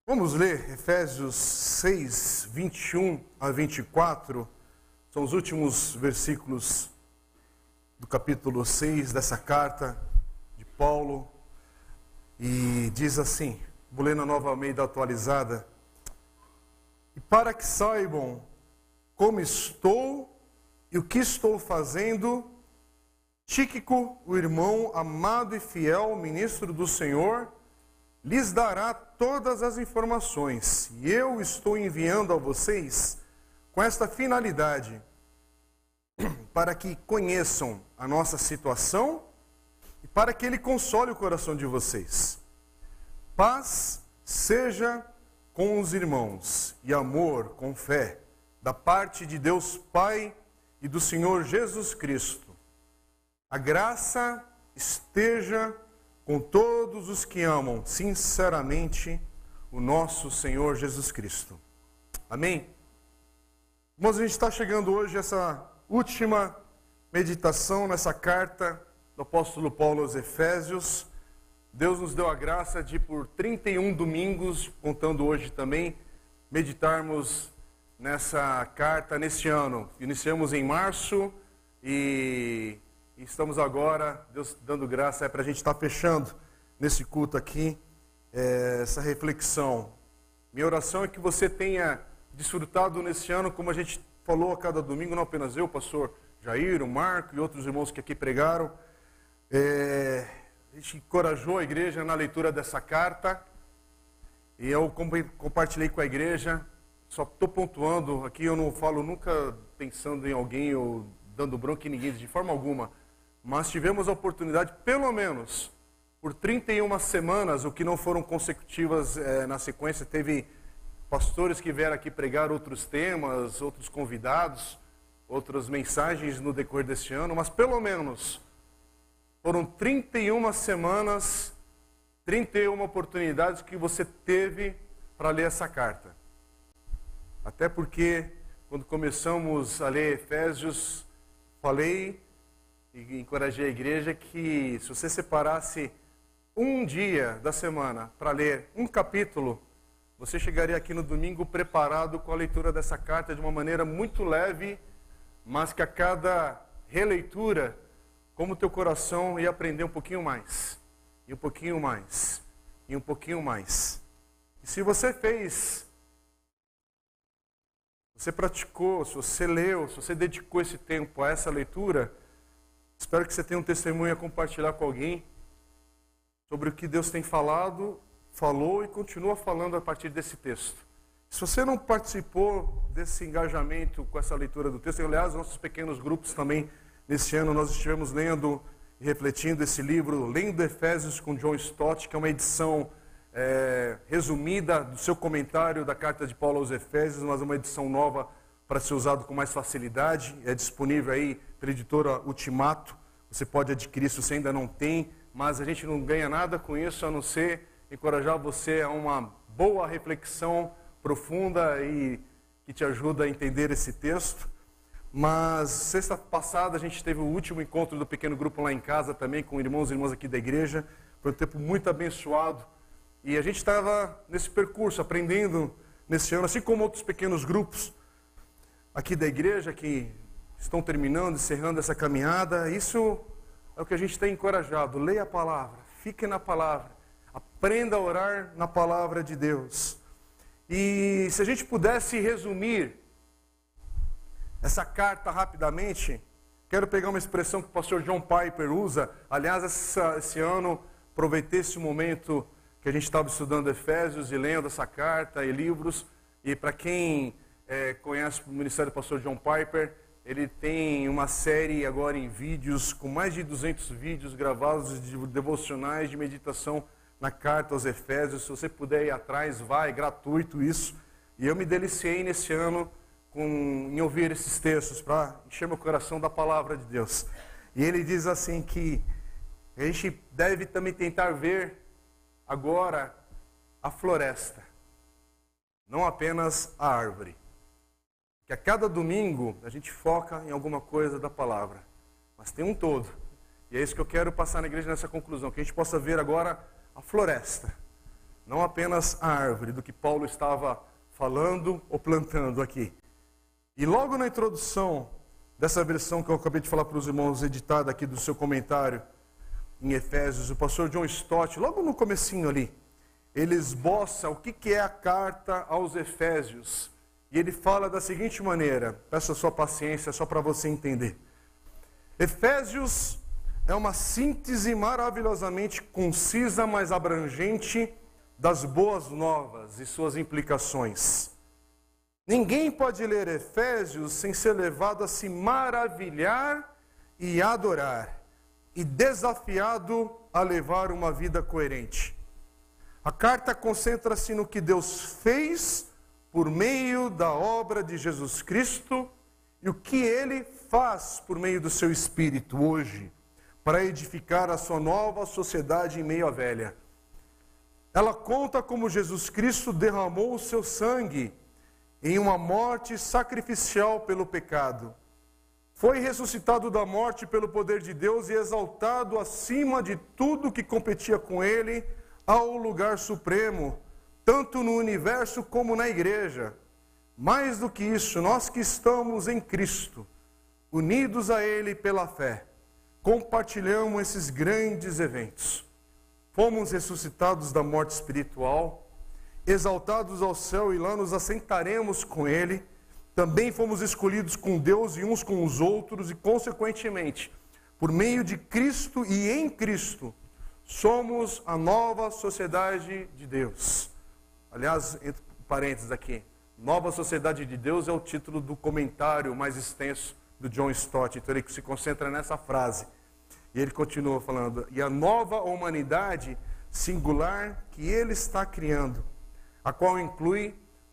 Vamos ler Efésios 6, 21 a 24. São os últimos versículos do capítulo 6 dessa carta de Paulo. E diz assim, vou ler na Nova Almeida Atualizada. E para que saibam como estou e o que estou fazendo, Tíquico, o irmão amado e fiel, ministro do Senhor, lhes dará todas as informações. E eu estou enviando a vocês com esta finalidade, para que conheçam a nossa situação e para que ele console o coração de vocês. Paz seja com os irmãos e amor com fé, da parte de Deus Pai e do Senhor Jesus Cristo. A graça esteja com todos os que amam sinceramente o nosso Senhor Jesus Cristo. Amém? Irmãos, a gente está chegando hoje a essa última meditação nessa carta do apóstolo Paulo aos Efésios. Deus nos deu a graça de, por 31 domingos, contando hoje também, meditarmos nessa carta neste ano. Iniciamos em março e estamos agora, Deus dando graça, para a gente estar fechando nesse culto aqui, essa reflexão. Minha oração é que você tenha desfrutado nesse ano, como a gente falou a cada domingo, não apenas eu, o pastor Jair, o Marco e outros irmãos que aqui pregaram. A gente encorajou a igreja na leitura dessa carta, e eu compartilhei com a igreja. Só estou pontuando aqui, eu não falo nunca pensando em alguém ou dando bronca em ninguém de forma alguma, mas tivemos a oportunidade, pelo menos, por 31 semanas, o que não foram consecutivas na sequência, teve pastores que vieram aqui pregar outros temas, outros convidados, outras mensagens no decorrer deste ano, mas pelo menos foram 31 semanas, 31 oportunidades que você teve para ler essa carta. Até porque, quando começamos a ler Efésios, falei e encorajei a igreja que se você separasse um dia da semana para ler um capítulo, você chegaria aqui no domingo preparado com a leitura dessa carta de uma maneira muito leve, mas que a cada releitura, como o teu coração ia aprender um pouquinho mais, e um pouquinho mais, e um pouquinho mais. E se você fez, você praticou, se você leu, se você dedicou esse tempo a essa leitura, espero que você tenha um testemunho a compartilhar com alguém sobre o que Deus tem falado, falou e continua falando a partir desse texto. Se você não participou desse engajamento com essa leitura do texto, aliás, nossos pequenos grupos também, nesse ano, nós estivemos lendo e refletindo esse livro, Lendo Efésios com John Stott, que é uma edição resumida do seu comentário da carta de Paulo aos Efésios, mas é uma edição nova para ser usado com mais facilidade. É disponível aí pela editora Ultimato. Você pode adquirir se você ainda não tem, mas a gente não ganha nada com isso, a não ser encorajar você a uma boa reflexão profunda e que te ajuda a entender esse texto. Mas sexta passada a gente teve o último encontro do pequeno grupo lá em casa também, com irmãos e irmãs aqui da igreja. Foi um tempo muito abençoado. E a gente estava nesse percurso, aprendendo nesse ano, assim como outros pequenos grupos aqui da igreja que estão terminando, encerrando essa caminhada. Isso é o que a gente tem encorajado. Leia a palavra, fique na palavra, aprenda a orar na palavra de Deus. E se a gente pudesse resumir essa carta rapidamente, quero pegar uma expressão que o pastor John Piper usa. Aliás, esse ano, aproveitei esse momento que a gente estava estudando Efésios e lendo essa carta e livros. E para quem conhece o ministério do pastor John Piper, ele tem uma série agora em vídeos, com mais de 200 vídeos gravados de devocionais de meditação na carta aos Efésios. Se você puder ir atrás, vai, é gratuito isso. E eu me deliciei nesse ano em ouvir esses textos, para encher meu coração da palavra de Deus. E ele diz assim que a gente deve também tentar ver agora a floresta, não apenas a árvore. Que a cada domingo a gente foca em alguma coisa da palavra, mas tem um todo. E é isso que eu quero passar na igreja nessa conclusão, que a gente possa ver agora a floresta. não apenas a árvore do que Paulo estava falando ou plantando aqui. E logo na introdução dessa versão que eu acabei de falar para os irmãos, editada aqui do seu comentário em Efésios, o pastor John Stott, logo no comecinho ali, ele esboça o que é a carta aos Efésios. E ele fala da seguinte maneira, peço a sua paciência só para você entender. Efésios é uma síntese maravilhosamente concisa, mas abrangente das boas novas e suas implicações. Ninguém pode ler Efésios sem ser levado a se maravilhar e adorar, e desafiado a levar uma vida coerente. A carta concentra-se no que Deus fez por meio da obra de Jesus Cristo e o que Ele faz por meio do seu Espírito hoje, para edificar a sua nova sociedade em meio à velha. Ela conta como Jesus Cristo derramou o seu sangue em uma morte sacrificial pelo pecado. Foi ressuscitado da morte pelo poder de Deus e exaltado acima de tudo que competia com Ele ao lugar supremo, tanto no universo como na igreja. Mais do que isso, nós que estamos em Cristo, unidos a Ele pela fé, compartilhamos esses grandes eventos. Fomos ressuscitados da morte espiritual, exaltados ao céu e lá nos assentaremos com Ele. Também fomos escolhidos com Deus e uns com os outros e, consequentemente, por meio de Cristo e em Cristo, somos a nova sociedade de Deus. Aliás, entre parênteses aqui, Nova Sociedade de Deus é o título do comentário mais extenso do John Stott. Então ele se concentra nessa frase. E ele continua falando, e a nova humanidade singular que ele está criando, a qual inclui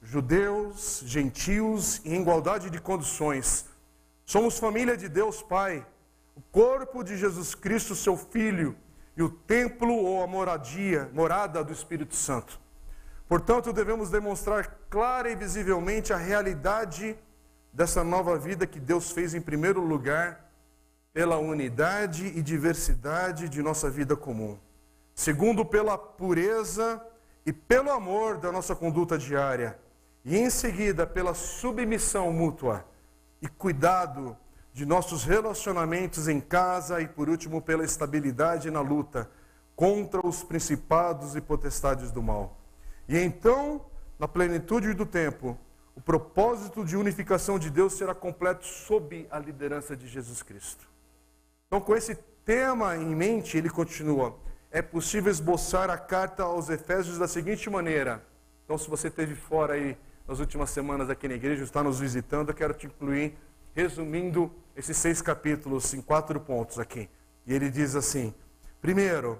judeus, gentios e em igualdade de condições. Somos família de Deus Pai, o corpo de Jesus Cristo, seu Filho, e o templo ou a morada do Espírito Santo. Portanto, devemos demonstrar clara e visivelmente a realidade dessa nova vida que Deus fez em primeiro lugar pela unidade e diversidade de nossa vida comum. Segundo, pela pureza e pelo amor da nossa conduta diária. E em seguida, pela submissão mútua e cuidado de nossos relacionamentos em casa e, por último, pela estabilidade na luta contra os principados e potestades do mal. E então, na plenitude do tempo, o propósito de unificação de Deus será completo sob a liderança de Jesus Cristo. Então, com esse tema em mente, ele continua. É possível esboçar a carta aos Efésios da seguinte maneira. Então, se você esteve fora aí nas últimas semanas aqui na igreja, está nos visitando, eu quero te incluir, resumindo esses 6 capítulos em 4 pontos aqui. E ele diz assim, primeiro,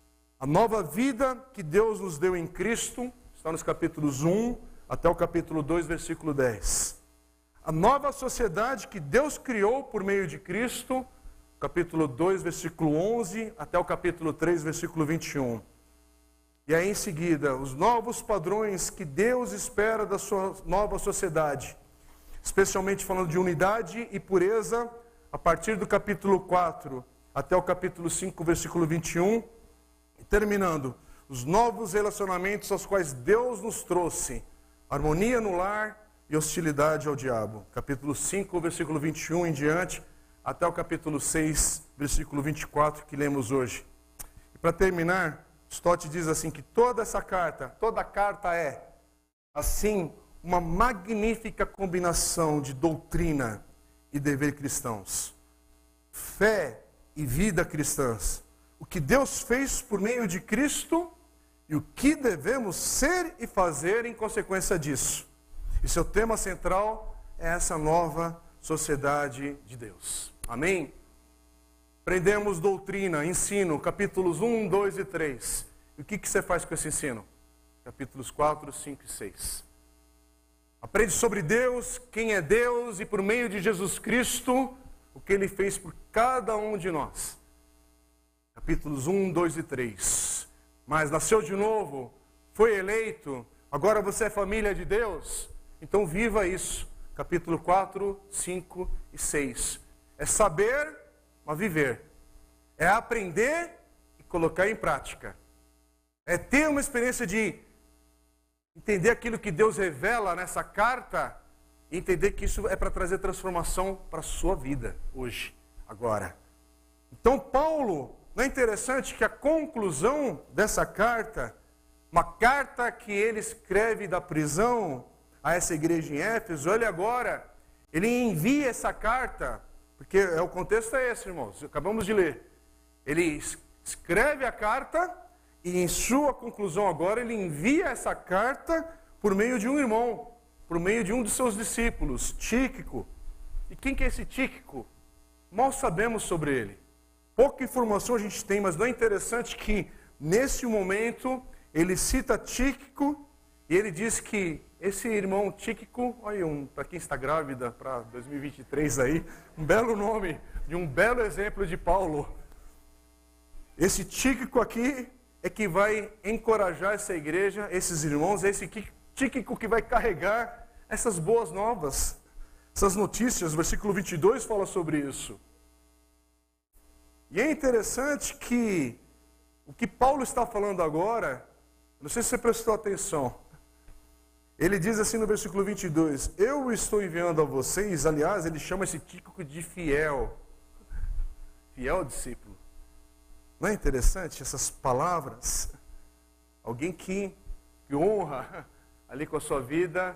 a nova vida que Deus nos deu em Cristo, está nos capítulos 1 até o capítulo 2, versículo 10. A nova sociedade que Deus criou por meio de Cristo, capítulo 2, versículo 11 até o capítulo 3, versículo 21. E aí em seguida, os novos padrões que Deus espera da sua nova sociedade, especialmente falando de unidade e pureza, a partir do capítulo 4 até o capítulo 5, versículo 21, e terminando, os novos relacionamentos aos quais Deus nos trouxe, harmonia no lar e hostilidade ao diabo. Capítulo 5, versículo 21 em diante, até o capítulo 6, versículo 24, que lemos hoje. E para terminar, Stott diz assim que toda a carta é, assim, uma magnífica combinação de doutrina e dever cristãos. Fé e vida cristãs. O que Deus fez por meio de Cristo e o que devemos ser e fazer em consequência disso. E seu tema central é essa nova sociedade de Deus. Amém? Aprendemos doutrina, ensino, capítulos 1, 2 e 3. E o que você faz com esse ensino? Capítulos 4, 5 e 6. Aprende sobre Deus, quem é Deus e por meio de Jesus Cristo, o que Ele fez por cada um de nós. Capítulos 1, 2 e 3. Mas nasceu de novo, foi eleito, agora você é família de Deus, então viva isso. Capítulo 4, 5 e 6. É saber, mas viver. É aprender e colocar em prática. É ter uma experiência de entender aquilo que Deus revela nessa carta e entender que isso é para trazer transformação para a sua vida hoje, agora. Então Paulo, não é interessante que a conclusão dessa carta, uma carta que ele escreve da prisão a essa igreja em Éfeso, olha agora, ele envia essa carta, porque o contexto é esse, irmãos, acabamos de ler. Ele escreve a carta e em sua conclusão agora ele envia essa carta por meio de um irmão, por meio de um dos seus discípulos, Tíquico. E quem que é esse Tíquico? Mal sabemos sobre ele. Pouca informação a gente tem, mas não é interessante que nesse momento ele cita Tíquico e ele diz que esse irmão Tíquico, olha, para quem está grávida para 2023 aí, um belo nome de um belo exemplo de Paulo. Esse Tíquico aqui é que vai encorajar essa igreja, esses irmãos, esse Tíquico que vai carregar essas boas novas, essas notícias. Versículo 22 fala sobre isso. E é interessante que o que Paulo está falando agora, não sei se você prestou atenção, ele diz assim no versículo 22, eu estou enviando a vocês, aliás, ele chama esse Tíquico de fiel discípulo. Não é interessante essas palavras? Alguém que honra ali com a sua vida.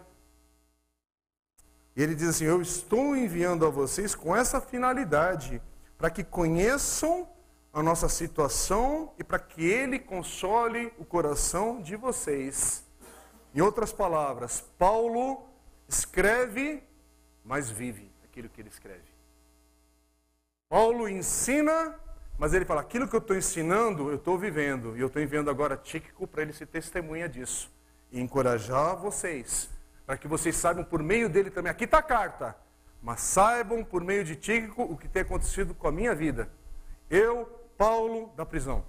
E ele diz assim, eu estou enviando a vocês com essa finalidade, para que conheçam a nossa situação e para que ele console o coração de vocês. Em outras palavras, Paulo escreve, mas vive aquilo que ele escreve. Paulo ensina, mas ele fala, aquilo que eu estou ensinando, eu estou vivendo. E eu estou enviando agora Tíquico para ele ser testemunha disso. E encorajar vocês, para que vocês saibam por meio dele também. Aqui está a carta, mas saibam por meio de Tíquico o que tem acontecido com a minha vida. Eu, Paulo, da prisão.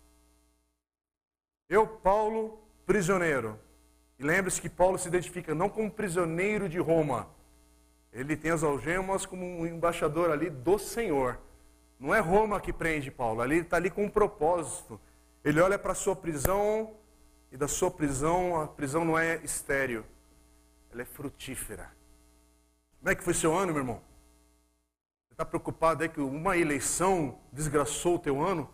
Eu, Paulo, prisioneiro. E lembre-se que Paulo se identifica não como prisioneiro de Roma. Ele tem as algemas como um embaixador ali do Senhor. Não é Roma que prende Paulo, ele está ali com um propósito. Ele olha para a sua prisão, e da sua prisão, a prisão não é estéril, ela é frutífera. Como é que foi seu ano, meu irmão? Você está preocupado aí que uma eleição desgraçou o teu ano?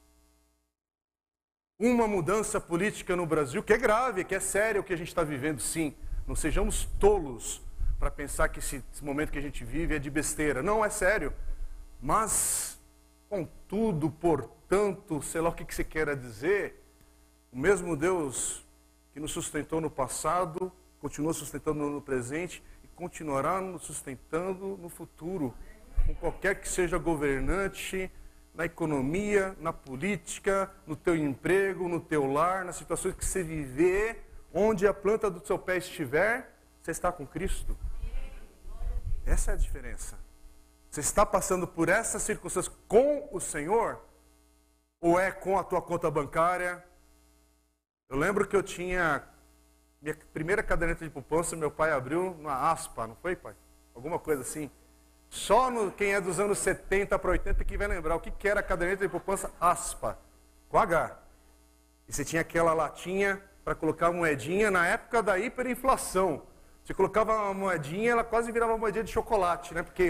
Uma mudança política no Brasil, que é grave, que é sério o que a gente está vivendo, sim. Não sejamos tolos para pensar que esse momento que a gente vive é de besteira. Não, é sério. Mas, contudo, portanto, sei lá o que você queira dizer, o mesmo Deus que nos sustentou no passado, continua sustentando no presente e continuará nos sustentando no futuro, com qualquer que seja governante, na economia, na política, no teu emprego, no teu lar, nas situações que você viver, onde a planta do seu pé estiver, você está com Cristo. Essa é a diferença. Você está passando por essas circunstâncias com o Senhor? Ou é com a tua conta bancária? Eu lembro que eu tinha minha primeira caderneta de poupança, meu pai abriu uma aspa, não foi, pai? Alguma coisa assim. Só quem é dos anos 70 para 80 que vai lembrar o que era a caderneta de poupança aspa, com H. E você tinha aquela latinha para colocar moedinha na época da hiperinflação. Você colocava uma moedinha, ela quase virava uma moedinha de chocolate, né? Porque,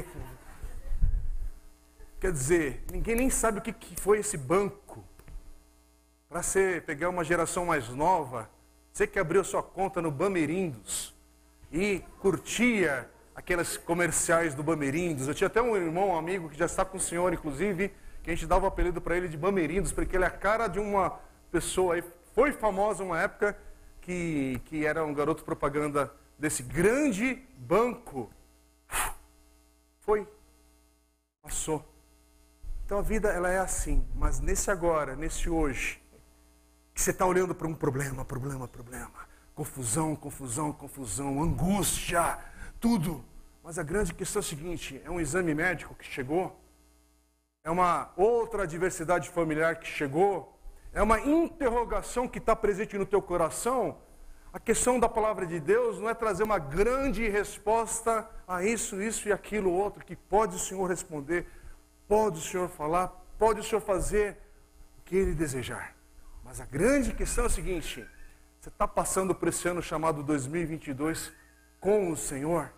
quer dizer, ninguém nem sabe o que foi esse banco. Para você pegar uma geração mais nova, você que abriu sua conta no Bamerindos e curtia aquelas comerciais do Bamerindos. Eu tinha até um irmão, um amigo, que já está com o senhor, inclusive, que a gente dava o apelido para ele de Bamerindos, porque ele é a cara de uma pessoa aí, foi famosa uma época, que era um garoto propaganda desse grande banco. Foi. Passou. Então a vida, ela é assim, mas nesse agora, nesse hoje, que você está olhando para um problema, confusão, angústia, tudo. Mas a grande questão é a seguinte, é um exame médico que chegou, é uma outra adversidade familiar que chegou, é uma interrogação que está presente no teu coração. A questão da palavra de Deus não é trazer uma grande resposta a isso e aquilo outro, que pode o Senhor responder, pode o Senhor falar, pode o Senhor fazer o que Ele desejar. Mas a grande questão é a seguinte: você está passando por esse ano chamado 2022 com o Senhor?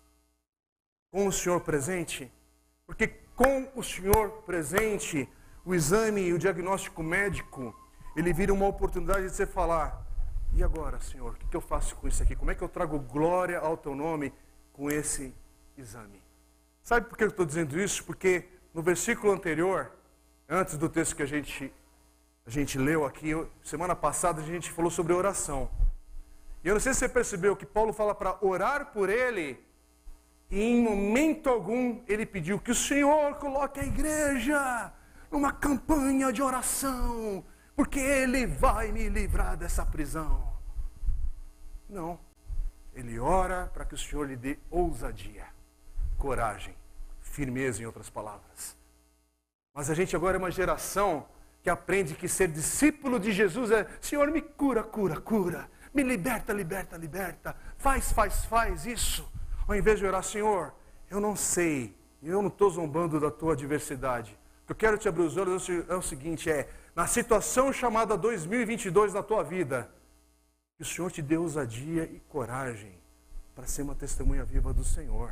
Com o Senhor presente? Porque com o Senhor presente, o exame e o diagnóstico médico, ele vira uma oportunidade de você falar: e agora, Senhor, o que eu faço com isso aqui? Como é que eu trago glória ao teu nome com esse exame? Sabe por que eu estou dizendo isso? Porque no versículo anterior, antes do texto que a gente leu aqui, semana passada a gente falou sobre oração. E eu não sei se você percebeu que Paulo fala para orar por ele, e em momento algum ele pediu que o Senhor coloque a igreja numa campanha de oração, porque Ele vai me livrar dessa prisão. Não. Ele ora para que o Senhor lhe dê ousadia, coragem, firmeza, em outras palavras. Mas a gente agora é uma geração que aprende que ser discípulo de Jesus é: Senhor, me cura, cura, cura. Me liberta, liberta, liberta. Faz isso. Ao invés de orar: Senhor, eu não sei, eu não estou zombando da tua adversidade. O que eu quero te abrir os olhos é o seguinte: na situação chamada 2022 na tua vida, que o Senhor te dê ousadia e coragem para ser uma testemunha viva do Senhor.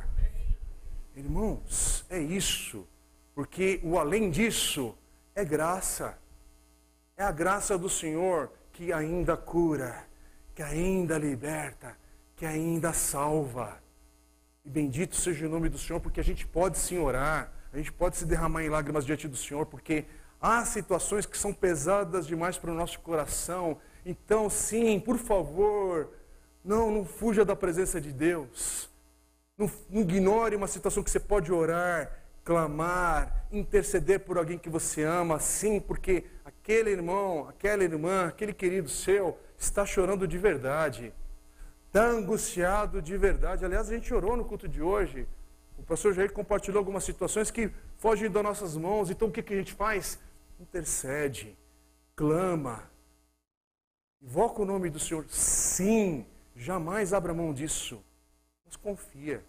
Irmãos, é isso. Porque o além disso é graça. É a graça do Senhor que ainda cura, que ainda liberta, que ainda salva. E bendito seja o nome do Senhor, porque a gente pode sim orar, a gente pode se derramar em lágrimas diante do Senhor, porque há situações que são pesadas demais para o nosso coração. Então, sim, por favor, não fuja da presença de Deus. Não ignore uma situação que você pode orar, clamar, interceder por alguém que você ama, sim, porque aquele irmão, aquela irmã, aquele querido seu está chorando de verdade, está angustiado de verdade. Aliás, a gente orou no culto de hoje, o pastor Jair compartilhou algumas situações que fogem das nossas mãos. Então o que a gente faz? Intercede, clama, invoca o nome do Senhor. Sim, jamais abra mão disso, mas confia.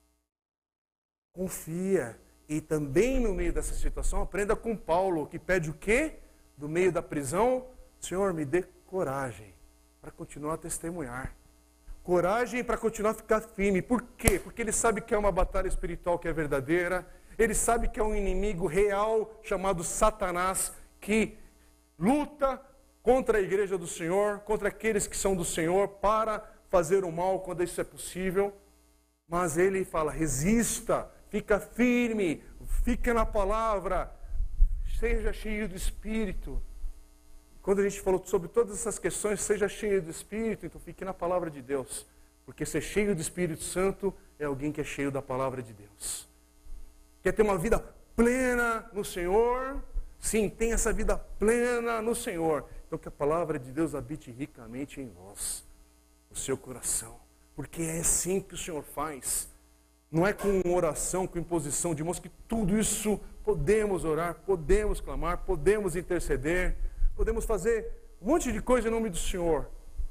Confia. E também no meio dessa situação, aprenda com Paulo, que pede o quê? Do meio da prisão: Senhor, me dê coragem para continuar a testemunhar. Coragem para continuar a ficar firme. Por quê? Porque ele sabe que é uma batalha espiritual que é verdadeira. Ele sabe que é um inimigo real chamado Satanás, que luta contra a igreja do Senhor, contra aqueles que são do Senhor, para fazer o mal quando isso é possível. Mas ele fala: resista, fica firme, fica na palavra, seja cheio do Espírito. Quando a gente falou sobre todas essas questões, seja cheio do Espírito, então fique na palavra de Deus. Porque ser cheio do Espírito Santo é alguém que é cheio da palavra de Deus. Quer ter uma vida plena no Senhor? Sim, tem essa vida plena no Senhor. Então que a palavra de Deus habite ricamente em vós, no seu coração. Porque é assim que o Senhor faz. Não é com oração, com imposição de mãos, que tudo isso podemos orar, podemos clamar, podemos interceder, podemos fazer um monte de coisa em nome do Senhor.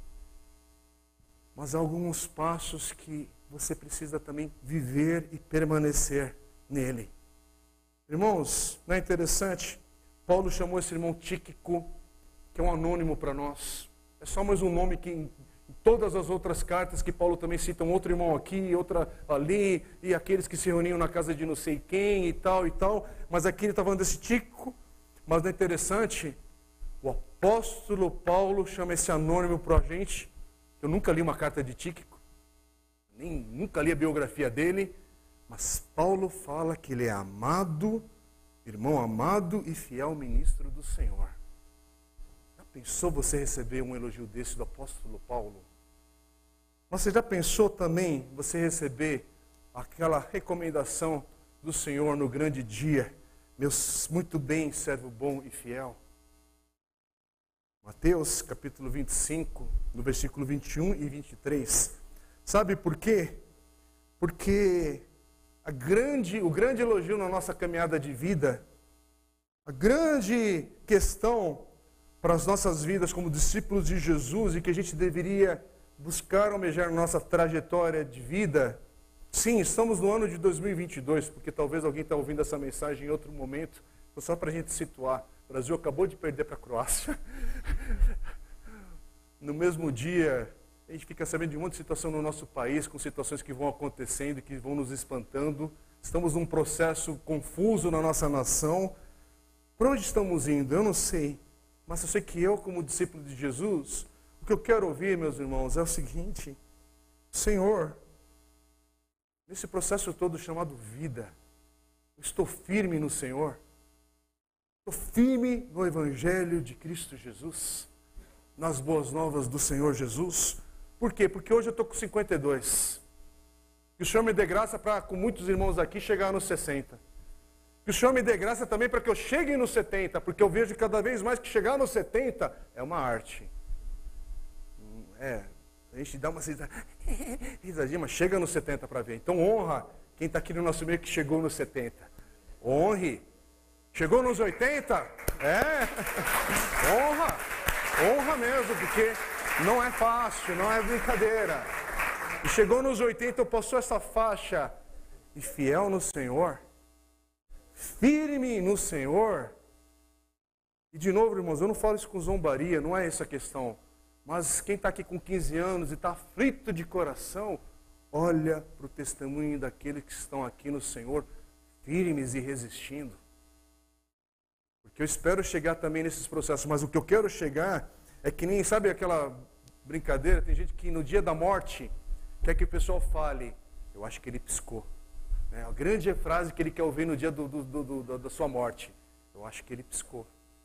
Mas há alguns passos que você precisa também viver e permanecer nele. Irmãos, não é interessante? Paulo chamou esse irmão Tíquico, que é um anônimo para nós. É só mais um nome que em todas as outras cartas que Paulo também cita um outro irmão aqui, outra ali, e aqueles que se reuniam na casa de não sei quem e tal e tal. Mas aqui ele está falando desse Tíquico. Mas não é interessante? O apóstolo Paulo chama esse anônimo para a gente. Eu nunca li uma carta de Tíquico, nunca li a biografia dele, mas Paulo fala que ele é amado, irmão amado e fiel ministro do Senhor. Já pensou você receber um elogio desse do apóstolo Paulo? Mas você já pensou também você receber aquela recomendação do Senhor no grande dia? Meus muito bem, servo bom e fiel. Mateus capítulo 25, no versículo 21 e 23. Sabe por quê? Porque o grande elogio na nossa caminhada de vida, a grande questão para as nossas vidas como discípulos de Jesus e que a gente deveria buscar almejar na nossa trajetória de vida. Sim, estamos no ano de 2022, porque talvez alguém está ouvindo essa mensagem em outro momento, só para a gente situar. O Brasil acabou de perder para a Croácia. No mesmo dia, a gente fica sabendo de um monte de situação no nosso país, com situações que vão acontecendo e que vão nos espantando. Estamos num processo confuso na nossa nação. Para onde estamos indo? Eu não sei. Mas eu sei que eu, como discípulo de Jesus, o que eu quero ouvir, meus irmãos, é o seguinte: Senhor, nesse processo todo chamado vida, eu estou firme no Senhor. Estou firme no Evangelho de Cristo Jesus, nas boas novas do Senhor Jesus. Por quê? Porque hoje eu estou com 52. Que o Senhor me dê graça para, com muitos irmãos aqui, chegar nos 60. Que o Senhor me dê graça também para que eu chegue nos 70, porque eu vejo cada vez mais que chegar nos 70 é uma arte. A gente dá uma risadinha, mas chega nos 70 para ver. Então honra quem está aqui no nosso meio que chegou nos 70. Honre. Chegou nos 80? Honra mesmo, porque não é fácil, não é brincadeira. E chegou nos 80, passou essa faixa, e fiel no Senhor, firme no Senhor. E de novo, irmãos, eu não falo isso com zombaria, não é essa a questão. Mas quem está aqui com 15 anos e está aflito de coração, olha para o testemunho daqueles que estão aqui no Senhor, firmes e resistindo. Porque eu espero chegar também nesses processos, mas o que eu quero chegar é que nem, sabe aquela brincadeira, tem gente que no dia da morte quer que o pessoal fale, eu acho que ele piscou. A grande frase que ele quer ouvir no dia da sua morte, eu acho que ele piscou.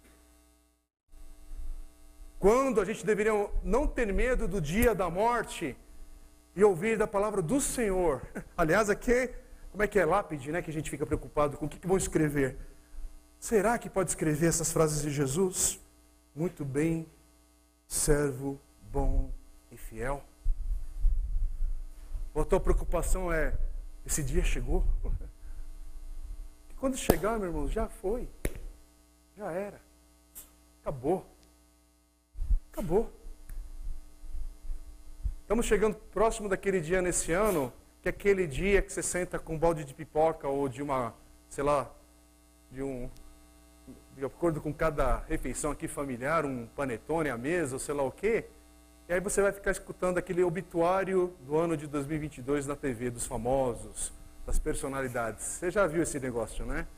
Quando a gente deveria não ter medo do dia da morte e ouvir da palavra do Senhor. Aliás, aqui, como é que é lápide, né? Que a gente fica preocupado com o que vão escrever. Será que pode escrever essas frases de Jesus? Muito bem, servo bom e fiel. Ou a tua preocupação é, esse dia chegou? E quando chegar, meu irmão, já foi. Já era. Acabou. Acabou. Estamos chegando próximo daquele dia nesse ano, que é aquele dia que você senta com um balde de pipoca ou de uma, sei lá, de acordo com cada refeição aqui familiar, um panetone à mesa, ou sei lá o quê. E aí você vai ficar escutando aquele obituário do ano de 2022 na TV, dos famosos, das personalidades. Você já viu esse negócio, né?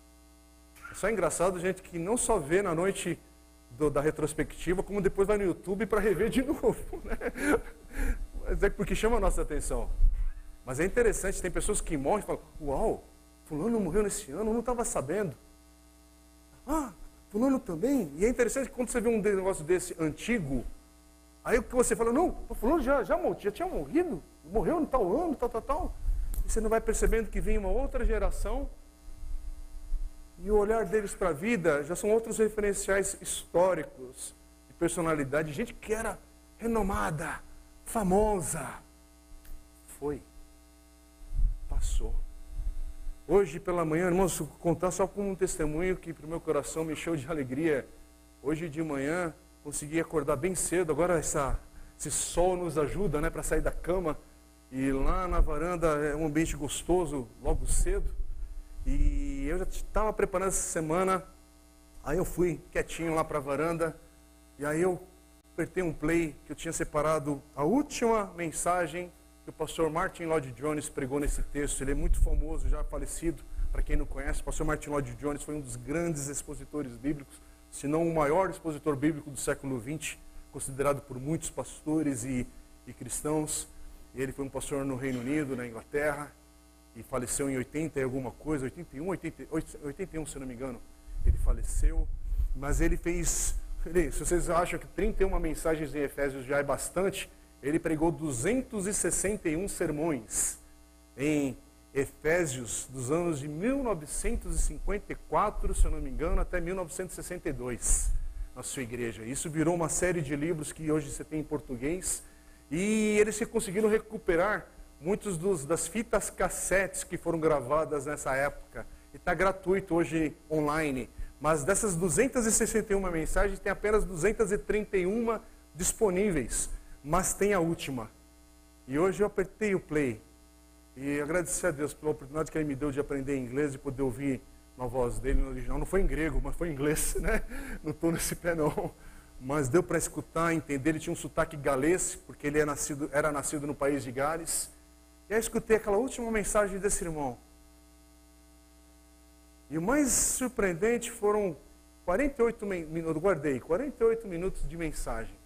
É só engraçado, gente, que não só vê na noite da retrospectiva, como depois vai no YouTube para rever de novo, né? Mas é porque chama a nossa atenção. Mas é interessante, tem pessoas que morrem e falam, uau, fulano morreu nesse ano, eu não estava sabendo. Ah, fulano também. E é interessante que quando você vê um negócio desse antigo, aí o que você fala, não, fulano já tinha morrido, morreu no tal ano, tal. E você não vai percebendo que vem uma outra geração e o olhar deles para a vida já são outros referenciais históricos, de personalidade, gente que era renomada, famosa. Foi. Passou. Hoje pela manhã, irmãos, vou contar só como um testemunho que para o meu coração me encheu de alegria. Hoje de manhã, consegui acordar bem cedo, agora esse sol nos ajuda, né, para sair da cama. E lá na varanda é um ambiente gostoso, logo cedo. E eu já estava preparando essa semana, aí eu fui quietinho lá para a varanda, e aí eu apertei um play, que eu tinha separado a última mensagem que o pastor Martin Lloyd-Jones pregou nesse texto. Ele é muito famoso, já falecido, para quem não conhece. O pastor Martin Lloyd-Jones foi um dos grandes expositores bíblicos, se não o maior expositor bíblico do século XX, considerado por muitos pastores e cristãos. E ele foi um pastor no Reino Unido, na Inglaterra, e faleceu em 80 e alguma coisa, 81, se eu não me engano, ele faleceu. Mas ele fez, se vocês acham que 31 mensagens em Efésios já é bastante, ele pregou 261 sermões em Efésios dos anos de 1954, se eu não me engano, até 1962, na sua igreja. Isso virou uma série de livros que hoje você tem em português, e eles conseguiram recuperar muitos das fitas cassetes que foram gravadas nessa época. E está gratuito hoje online. Mas dessas 261 mensagens, tem apenas 231 disponíveis. Mas tem a última. E hoje eu apertei o play. E agradeci a Deus pela oportunidade que Ele me deu de aprender inglês e poder ouvir na voz dele no original. Não foi em grego, mas foi em inglês, né? Não estou nesse pé não. mas deu para escutar, entender. Ele tinha um sotaque galês, porque ele era nascido no país de Gales. E aí escutei aquela última mensagem desse irmão. E o mais surpreendente foram 48 minutos, guardei, 48 minutos de mensagem.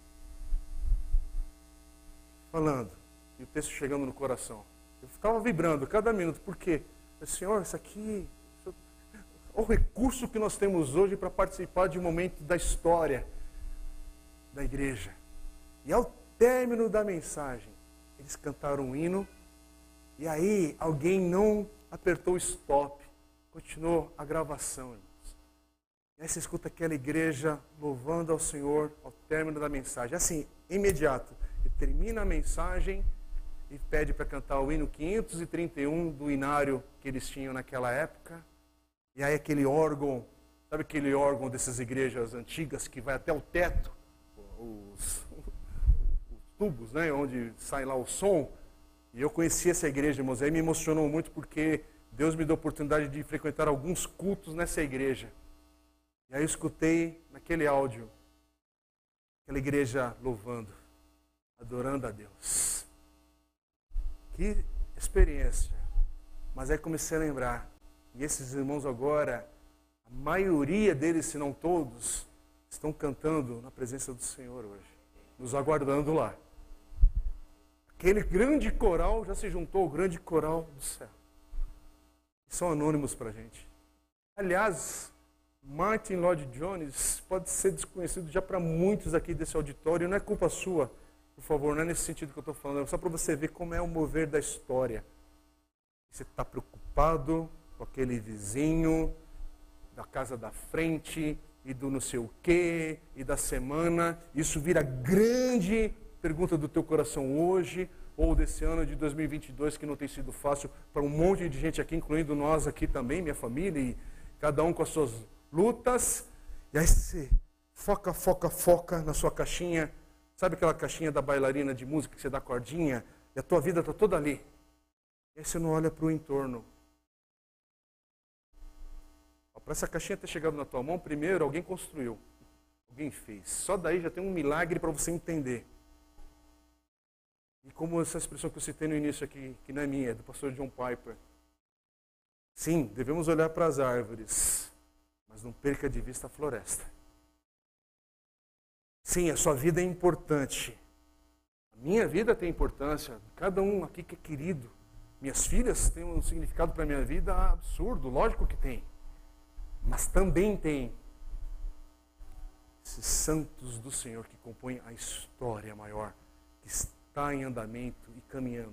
Falando, e o texto chegando no coração. Eu ficava vibrando cada minuto, porque, Senhor, isso aqui, o recurso que nós temos hoje para participar de um momento da história da igreja. E ao término da mensagem, eles cantaram um hino, e aí alguém não apertou o stop, continuou a gravação, irmãos. E aí você escuta aquela igreja louvando ao Senhor ao término da mensagem. Assim, imediato, ele termina a mensagem e pede para cantar o hino 531 do inário que eles tinham naquela época. E aí aquele órgão, sabe aquele órgão dessas igrejas antigas que vai até o teto? Os tubos, né, onde sai lá o som. E eu conheci essa igreja, irmãos, aí me emocionou muito porque Deus me deu a oportunidade de frequentar alguns cultos nessa igreja. E aí eu escutei naquele áudio, aquela igreja louvando, adorando a Deus. Que experiência. Mas aí comecei a lembrar, e esses irmãos agora, a maioria deles, se não todos, estão cantando na presença do Senhor hoje, nos aguardando lá. Aquele grande coral já se juntou ao grande coral do céu. São anônimos para a gente. Aliás, Martin Lloyd-Jones pode ser desconhecido já para muitos aqui desse auditório. Não é culpa sua, por favor, não é nesse sentido que eu estou falando. É só para você ver como é o mover da história. Você está preocupado com aquele vizinho da casa da frente e do não sei o quê, e da semana. Isso vira grande pergunta do teu coração hoje, ou desse ano de 2022, que não tem sido fácil para um monte de gente aqui, incluindo nós aqui também, minha família, e cada um com as suas lutas. E aí você foca na sua caixinha. Sabe aquela caixinha da bailarina de música que você dá cordinha? E a tua vida está toda ali. E aí você não olha para o entorno. Para essa caixinha ter chegado na tua mão, primeiro alguém construiu. Alguém fez. Só daí já tem um milagre para você entender. E como essa expressão que eu citei no início aqui, que não é minha, é do pastor John Piper. Sim, devemos olhar para as árvores, mas não perca de vista a floresta. Sim, a sua vida é importante. A minha vida tem importância. Cada um aqui que é querido. Minhas filhas têm um significado para a minha vida absurdo, lógico que tem. Mas também tem esses santos do Senhor que compõem a história maior, que está em andamento e caminhando.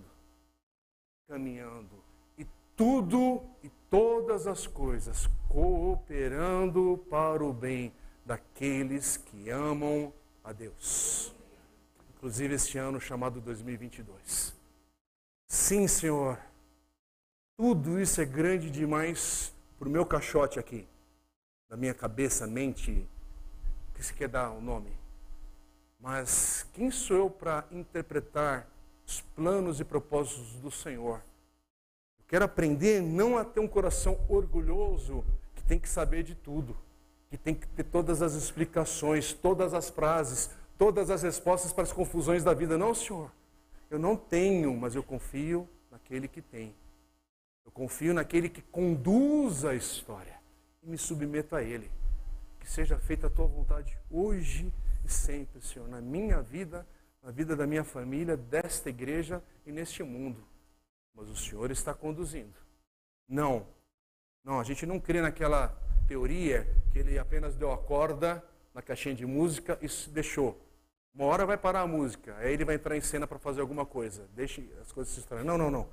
E tudo e todas as coisas cooperando para o bem daqueles que amam a Deus. Inclusive este ano chamado 2022. Sim, Senhor, tudo isso é grande demais para o meu caixote aqui, da minha cabeça, mente, que se quer dar o nome. Mas quem sou eu para interpretar os planos e propósitos do Senhor? Eu quero aprender não a ter um coração orgulhoso, que tem que saber de tudo, que tem que ter todas as explicações, todas as frases, todas as respostas para as confusões da vida. Não, Senhor, eu não tenho, mas eu confio naquele que tem. Eu confio naquele que conduz a história e me submeto a Ele. Que seja feita a Tua vontade hoje e sempre, Senhor, na minha vida, na vida da minha família, desta igreja e neste mundo. Mas o Senhor está conduzindo. Não, a gente não crê naquela teoria que Ele apenas deu a corda na caixinha de música e deixou. Uma hora vai parar a música, aí Ele vai entrar em cena para fazer alguma coisa. Deixe as coisas se estarem. Não.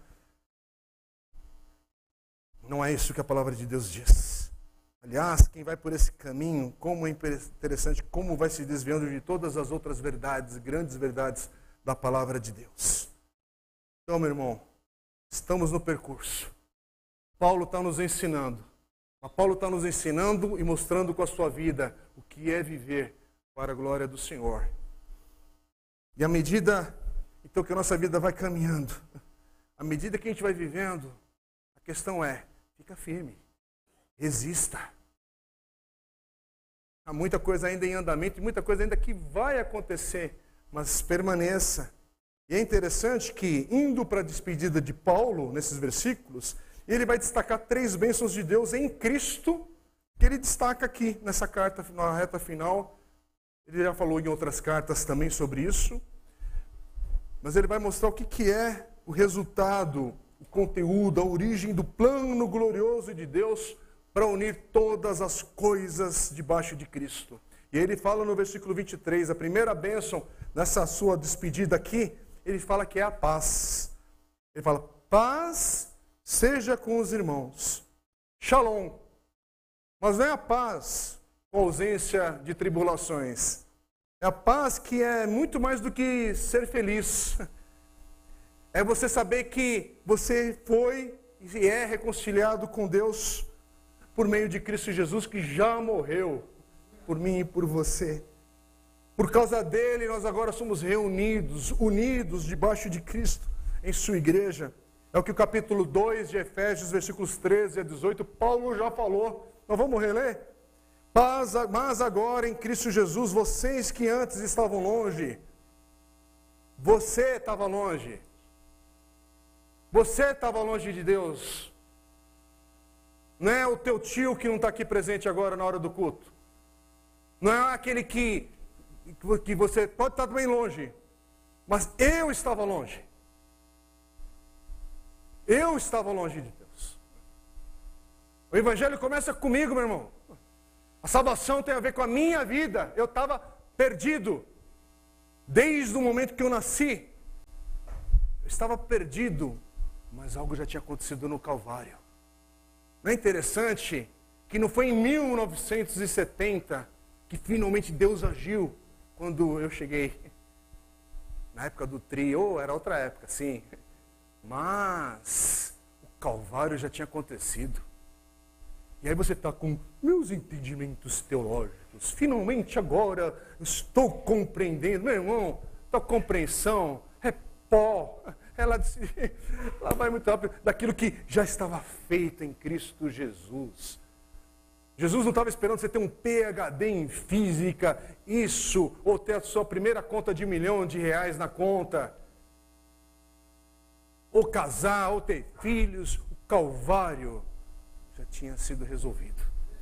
Não é isso que a palavra de Deus diz. Aliás, quem vai por esse caminho, como é interessante, como vai se desviando de todas as outras verdades, grandes verdades da palavra de Deus. Então, meu irmão, estamos no percurso. Paulo está nos ensinando. Paulo está nos ensinando e mostrando com a sua vida o que é viver para a glória do Senhor. E à medida, então, que a nossa vida vai caminhando, à medida que a gente vai vivendo, a questão é, fica firme, resista. Há muita coisa ainda em andamento e muita coisa ainda que vai acontecer, mas permaneça. E é interessante que, indo para a despedida de Paulo, nesses versículos, ele vai destacar 3 bênçãos de Deus em Cristo, que ele destaca aqui nessa carta, na reta final. Ele já falou em outras cartas também sobre isso, mas ele vai mostrar o que é o resultado, o conteúdo, a origem do plano glorioso de Deus para unir todas as coisas debaixo de Cristo. E ele fala no versículo 23, a primeira bênção nessa sua despedida aqui, ele fala que é a paz. Ele fala, paz seja com os irmãos. Shalom. Mas não é a paz com ausência de tribulações. É a paz que é muito mais do que ser feliz. É você saber que você foi e é reconciliado com Deus por meio de Cristo Jesus, que já morreu por mim e por você. Por causa dele, nós agora somos reunidos, unidos debaixo de Cristo em sua igreja. É o que o capítulo 2 de Efésios, versículos 13 a 18, Paulo já falou. Nós vamos reler? Mas agora em Cristo Jesus, vocês que antes estavam longe, você estava longe. Você estava longe de Deus. Não é o teu tio que não está aqui presente agora na hora do culto. Não é aquele que você pode estar bem longe, mas eu estava longe. Eu estava longe de Deus. O evangelho começa comigo, meu irmão. A salvação tem a ver com a minha vida. Eu estava perdido. Desde o momento que eu nasci, eu estava perdido, mas algo já tinha acontecido no Calvário. Não é interessante que não foi em 1970 que finalmente Deus agiu quando eu cheguei? Na época do trio, era outra época, sim. Mas o Calvário já tinha acontecido. E aí você está com meus entendimentos teológicos. Finalmente agora eu estou compreendendo. Meu irmão, tua compreensão é pó. Ela vai muito rápido daquilo que já estava feito em Cristo Jesus. Jesus não estava esperando você ter um PhD em física, isso, ou ter a sua primeira conta de R$1 milhão na conta, ou casar, ou ter filhos. O Calvário já tinha sido resolvido.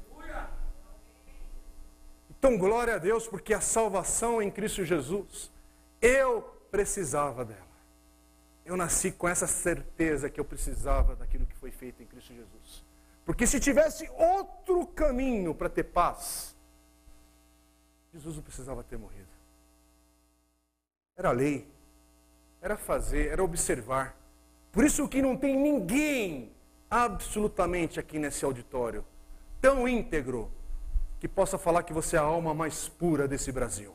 Então, glória a Deus, porque a salvação em Cristo Jesus, eu precisava dela. Eu nasci com essa certeza que eu precisava daquilo que foi feito em Cristo Jesus. Porque se tivesse outro caminho para ter paz, Jesus não precisava ter morrido. Era a lei, era fazer, era observar. Por isso que não tem ninguém, absolutamente aqui nesse auditório, tão íntegro, que possa falar que você é a alma mais pura desse Brasil.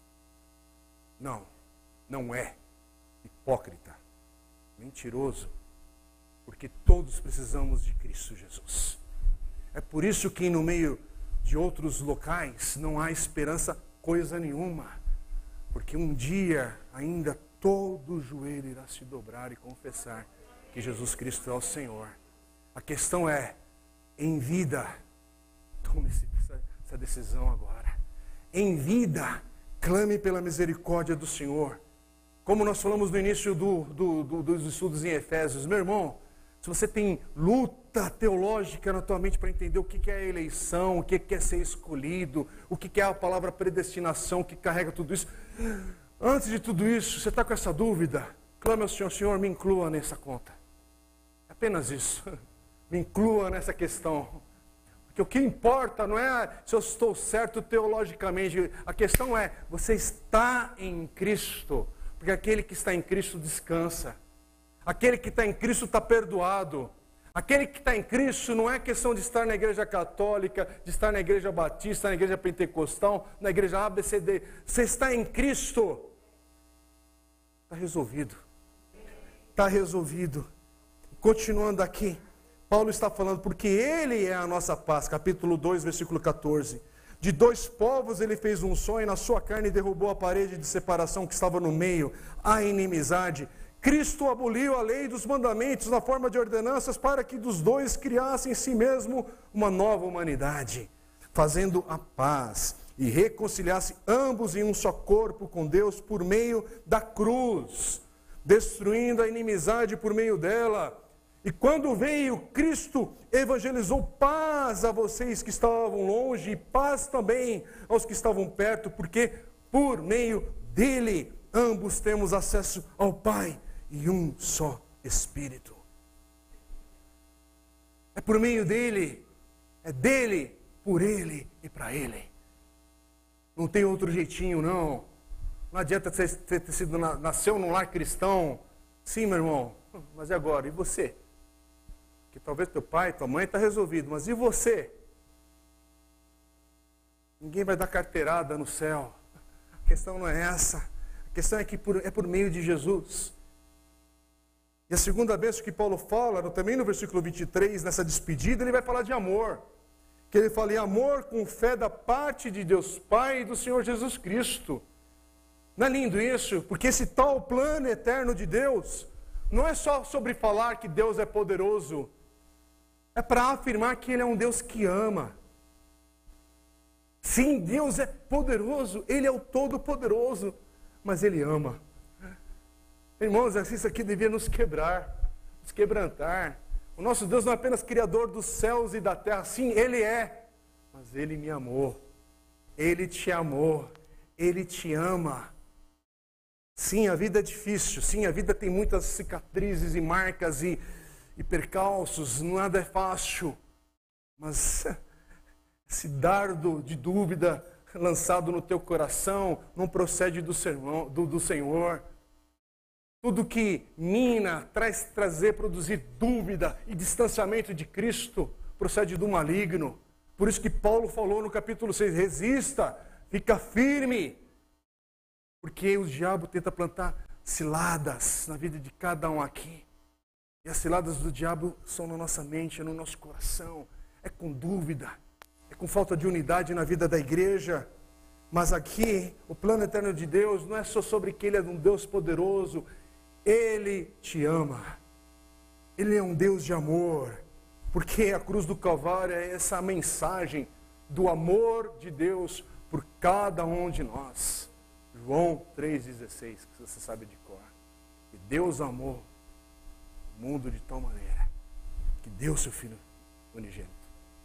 Não, não é. Hipócrita, mentiroso, porque todos precisamos de Cristo Jesus. É por isso que no meio de outros locais não há esperança coisa nenhuma, porque um dia ainda todo joelho irá se dobrar e confessar que Jesus Cristo é o Senhor. A questão é, em vida, tome essa decisão agora. Em vida, clame pela misericórdia do Senhor. Como nós falamos no início dos estudos em Efésios, meu irmão, se você tem luta teológica na tua mente para entender o que é a eleição, o que é ser escolhido, o que é a palavra predestinação, que carrega tudo isso, antes de tudo isso, você está com essa dúvida, clame ao Senhor, Senhor, me inclua nessa conta. É apenas isso, me inclua nessa questão. Porque o que importa não é se eu estou certo teologicamente, a questão é, você está em Cristo, porque aquele que está em Cristo descansa. Aquele que está em Cristo está perdoado. Aquele que está em Cristo não é questão de estar na igreja católica, de estar na igreja batista, na igreja pentecostal, na igreja ABCD. Você está em Cristo. Está resolvido. Está resolvido. Continuando aqui, Paulo está falando, porque Ele é a nossa paz. Capítulo 2, versículo 14. De dois povos ele fez um só, e na sua carne derrubou a parede de separação que estava no meio, a inimizade. Cristo aboliu a lei dos mandamentos na forma de ordenanças para que dos dois criassem em si mesmo uma nova humanidade, fazendo a paz, e reconciliasse ambos em um só corpo com Deus por meio da cruz, destruindo a inimizade por meio dela. E quando veio, Cristo evangelizou paz a vocês que estavam longe e paz também aos que estavam perto, porque por meio dele ambos temos acesso ao Pai e um só Espírito. É por meio dele, é dele, por ele e para ele. Não tem outro jeitinho, não. Não adianta você ter sido, nasceu num lar cristão. Sim, meu irmão, mas e agora? E você? Que talvez teu pai, tua mãe está resolvido, mas e você? Ninguém vai dar carteirada no céu. A questão não é essa. A questão é que é por meio de Jesus. E a segunda vez que Paulo fala, também no versículo 23, nessa despedida, ele vai falar de amor. Que ele fala em amor com fé da parte de Deus Pai e do Senhor Jesus Cristo. Não é lindo isso? Porque esse tal plano eterno de Deus não é só sobre falar que Deus é poderoso. É para afirmar que Ele é um Deus que ama. Sim, Deus é poderoso, Ele é o Todo-Poderoso, mas Ele ama. Irmãos, isso aqui devia nos quebrar, nos quebrantar. O nosso Deus não é apenas Criador dos céus e da terra, sim, Ele é, mas Ele me amou, Ele te amou, Ele te ama. Sim, a vida é difícil, sim, a vida tem muitas cicatrizes e marcas e percalços, nada é fácil, mas esse dardo de dúvida lançado no teu coração não procede do Senhor. Tudo que mina, produzir dúvida e distanciamento de Cristo, procede do maligno. Por isso que Paulo falou no capítulo 6, resista, fica firme, porque o diabo tenta plantar ciladas na vida de cada um aqui. E as ciladas do diabo são na nossa mente, é no nosso coração, é com dúvida, é com falta de unidade na vida da igreja. Mas aqui, o plano eterno de Deus não é só sobre que Ele é um Deus poderoso, Ele te ama. Ele é um Deus de amor, porque a cruz do Calvário é essa mensagem do amor de Deus por cada um de nós. João 3,16, que você sabe de cor. E Deus amou o mundo de tal maneira que deu seu Filho unigênito.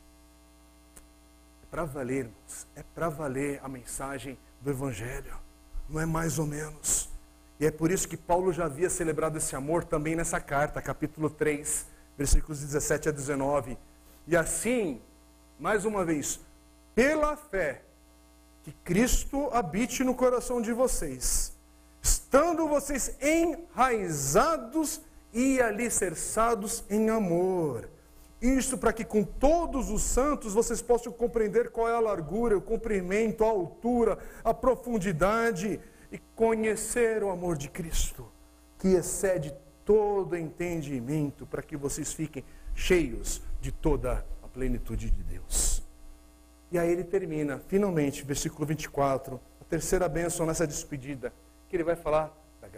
É para valer, irmãos, é para valer a mensagem do Evangelho, não é mais ou menos. E é por isso que Paulo já havia celebrado esse amor também nessa carta, capítulo 3, versículos 17 a 19. E assim, mais uma vez, pela fé, que Cristo habite no coração de vocês, estando vocês enraizados e alicerçados em amor. Isto para que com todos os santos vocês possam compreender qual é a largura, o comprimento, a altura, a profundidade e conhecer o amor de Cristo, que excede todo entendimento, para que vocês fiquem cheios de toda a plenitude de Deus. E aí ele termina, finalmente, versículo 24, a terceira bênção nessa despedida, que ele vai falar da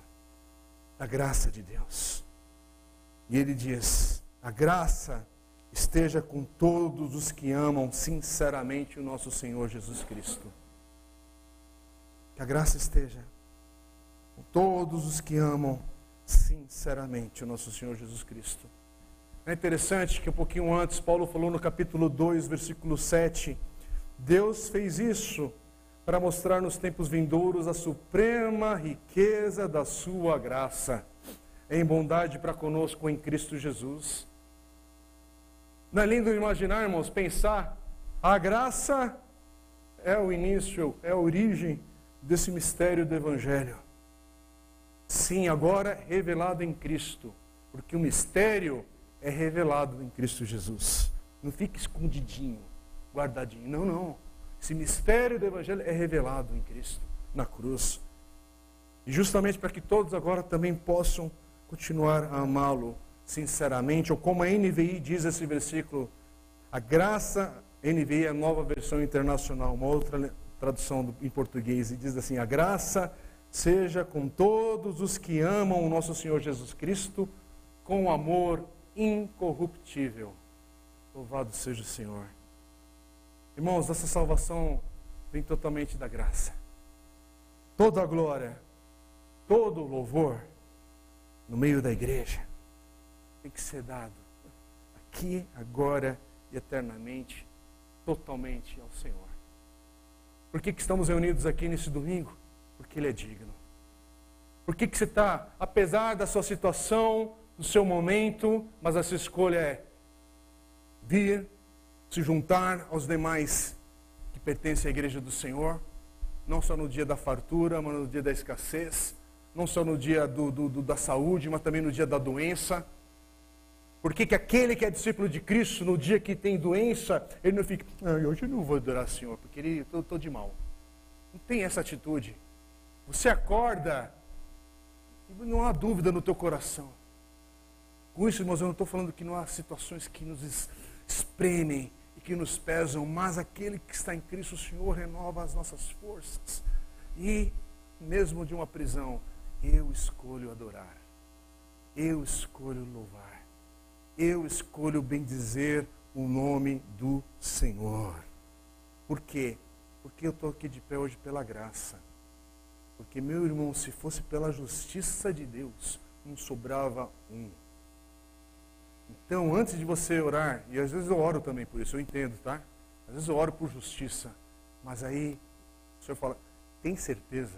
graça de Deus. E ele diz, a graça esteja com todos os que amam sinceramente o nosso Senhor Jesus Cristo. Que a graça esteja com todos os que amam sinceramente o nosso Senhor Jesus Cristo. É interessante que um pouquinho antes, Paulo falou no capítulo 2, versículo 7, Deus fez isso para mostrar nos tempos vindouros a suprema riqueza da sua graça, em bondade para conosco em Cristo Jesus. Não é lindo imaginar, irmãos, pensar, a graça é o início, é a origem desse mistério do Evangelho. Sim, agora revelado em Cristo, porque o mistério é revelado em Cristo Jesus. Não fica escondidinho, guardadinho. Não, não. Esse mistério do Evangelho é revelado em Cristo, na cruz. E justamente para que todos agora também possam continuar a amá-lo sinceramente, ou como a NVI diz esse versículo, a graça, NVI é a nova versão internacional, uma outra tradução em português, e diz assim, a graça seja com todos os que amam o nosso Senhor Jesus Cristo, com amor incorruptível. Louvado seja o Senhor. Irmãos, essa salvação vem totalmente da graça. Toda a glória, todo o louvor no meio da igreja tem que ser dado aqui, agora e eternamente, totalmente ao Senhor. Por que estamos reunidos aqui nesse domingo? Porque Ele é digno. Por que você está, apesar da sua situação, do seu momento, mas a sua escolha é vir, se juntar aos demais que pertencem à igreja do Senhor, não só no dia da fartura, mas no dia da escassez, não só no dia da saúde, mas também no dia da doença. Por que aquele que é discípulo de Cristo, no dia que tem doença, ele não fica, hoje eu não vou adorar o Senhor, porque eu estou de mal. Não tem essa atitude. Você acorda e não há dúvida no teu coração. Com isso, irmãos, eu não estou falando que não há situações que nos espremem e que nos pesam, mas aquele que está em Cristo, o Senhor renova as nossas forças. E, mesmo de uma prisão, eu escolho adorar. Eu escolho louvar. Eu escolho bendizer o nome do Senhor. Por quê? Porque eu estou aqui de pé hoje pela graça. Porque, meu irmão, se fosse pela justiça de Deus, não sobrava um. Então, antes de você orar, e às vezes eu oro também por isso, eu entendo, tá? Às vezes eu oro por justiça, mas aí o Senhor fala, tem certeza?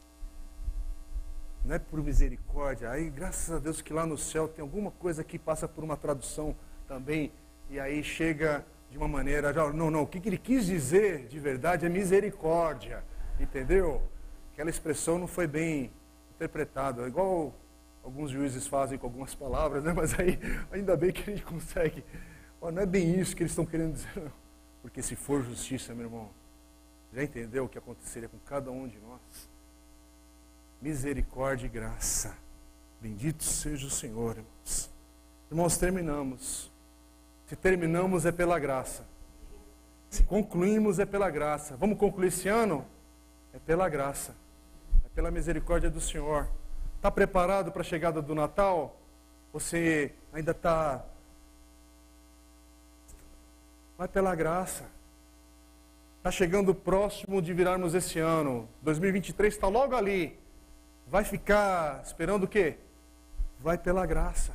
Não é por misericórdia. Aí, graças a Deus que lá no céu tem alguma coisa que passa por uma tradução também, e aí chega de uma maneira, não, o que ele quis dizer de verdade é misericórdia, entendeu? Aquela expressão não foi bem interpretada, igual alguns juízes fazem com algumas palavras, né? Mas aí, ainda bem que a gente consegue. Não é bem isso que eles estão querendo dizer, não. Porque se for justiça, meu irmão, já entendeu o que aconteceria com cada um de nós? Misericórdia e graça. Bendito seja o Senhor, irmãos. Irmãos, terminamos. Se terminamos é pela graça. Se concluímos é pela graça. Vamos concluir esse ano? É pela graça. É pela misericórdia do Senhor. Está preparado para a chegada do Natal? Você ainda está... Vai pela graça. Está chegando próximo de virarmos esse ano. 2023 está logo ali. Vai ficar esperando o quê? Vai pela graça.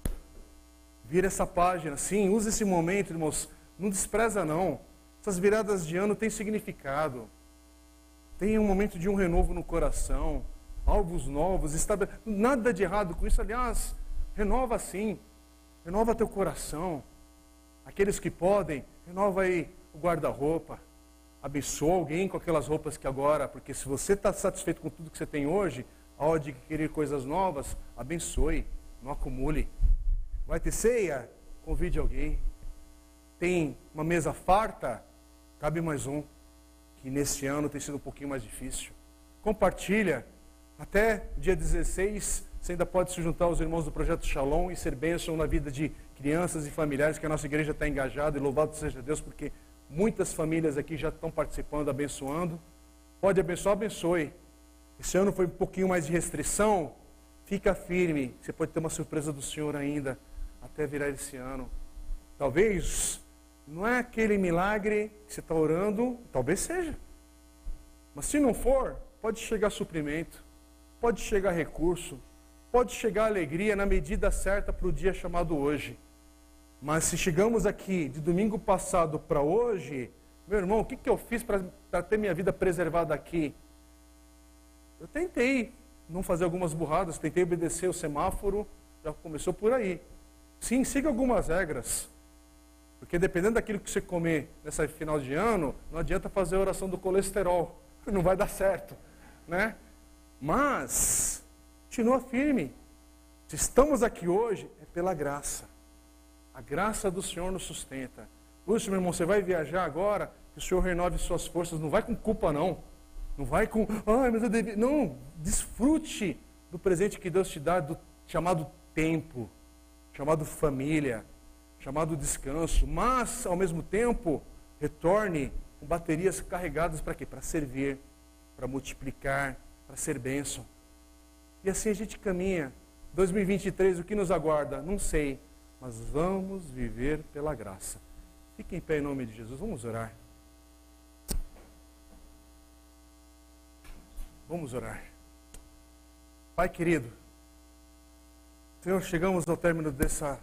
Vira essa página. Sim, usa esse momento, irmãos. Não despreza, não. Essas viradas de ano têm significado. Tem um momento de um renovo no coração. Alvos novos. Nada de errado com isso. Aliás, renova sim. Renova teu coração. Aqueles que podem, renova aí o guarda-roupa. Abençoa alguém com aquelas roupas que agora... Porque se você está satisfeito com tudo que você tem hoje... A hora de querer coisas novas, abençoe, não acumule. Vai ter ceia? Convide alguém. Tem uma mesa farta? Cabe mais um, que nesse ano tem sido um pouquinho mais difícil. Compartilha. Até dia 16, você ainda pode se juntar aos irmãos do Projeto Shalom e ser bênção na vida de crianças e familiares, que a nossa igreja está engajada, e louvado seja Deus, porque muitas famílias aqui já estão participando, abençoando. Pode abençoar, abençoe. Esse ano foi um pouquinho mais de restrição, fica firme, você pode ter uma surpresa do Senhor ainda, até virar esse ano. Talvez, não é aquele milagre que você está orando, talvez seja. Mas se não for, pode chegar suprimento, pode chegar recurso, pode chegar alegria na medida certa para o dia chamado hoje. Mas se chegamos aqui de domingo passado para hoje, meu irmão, o que eu fiz para ter minha vida preservada aqui? Eu tentei não fazer algumas burradas, tentei obedecer o semáforo, já começou por aí. Sim, siga algumas regras. Porque dependendo daquilo que você comer nessa final de ano, não adianta fazer a oração do colesterol. Não vai dar certo, né? Mas, continua firme. Se estamos aqui hoje, é pela graça. A graça do Senhor nos sustenta. Puxa, meu irmão, você vai viajar agora, que o Senhor renove suas forças. Não vai com culpa, não. Não vai com, mas eu devia... Não, desfrute do presente que Deus te dá, do chamado tempo, chamado família, chamado descanso. Mas, ao mesmo tempo, retorne com baterias carregadas para quê? Para servir, para multiplicar, para ser bênção. E assim a gente caminha. 2023, o que nos aguarda? Não sei, mas vamos viver pela graça. Fique em pé em nome de Jesus, vamos orar. Vamos orar. Pai querido, Senhor, chegamos ao término desses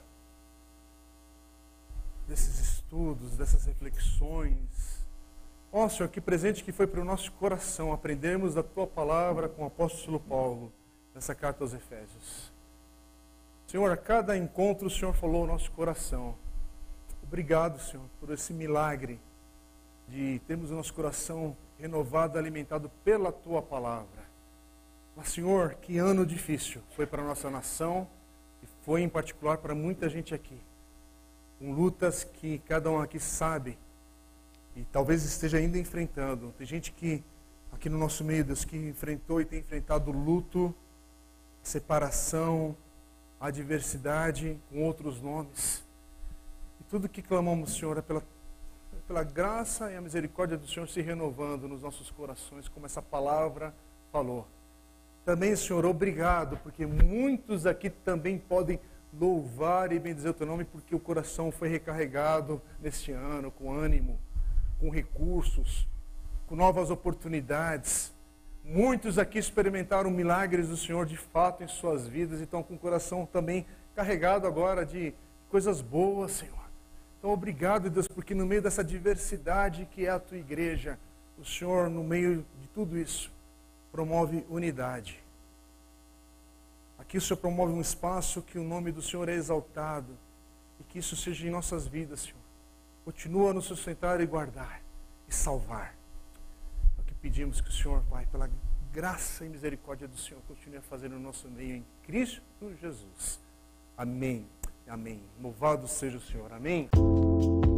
estudos, dessas reflexões. Ó Senhor, que presente que foi para o nosso coração aprendermos da Tua palavra com o apóstolo Paulo, nessa carta aos Efésios. Senhor, a cada encontro o Senhor falou ao nosso coração. Obrigado, Senhor, por esse milagre de termos o nosso coração renovado, alimentado pela Tua palavra. Mas, Senhor, que ano difícil foi para a nossa nação e foi em particular para muita gente aqui. Com lutas que cada um aqui sabe e talvez esteja ainda enfrentando. Tem gente que, aqui no nosso meio, Deus, que enfrentou e tem enfrentado luto, separação, adversidade, com outros nomes. E tudo que clamamos, Senhor, é pela graça e a misericórdia do Senhor se renovando nos nossos corações, como essa palavra falou. Também, Senhor, obrigado, porque muitos aqui também podem louvar e bendizer o Teu nome, porque o coração foi recarregado neste ano, com ânimo, com recursos, com novas oportunidades. Muitos aqui experimentaram milagres do Senhor de fato em suas vidas e estão com o coração também carregado agora de coisas boas, Senhor. Então, obrigado, Deus, porque no meio dessa diversidade que é a Tua igreja, o Senhor, no meio de tudo isso, promove unidade. Aqui o Senhor promove um espaço que o nome do Senhor é exaltado e que isso seja em nossas vidas, Senhor. Continua a nos sustentar e guardar e salvar. É o que pedimos que o Senhor, Pai, pela graça e misericórdia do Senhor, continue a fazer no nosso meio em Cristo Jesus. Amém. Amém. Louvado seja o Senhor. Amém.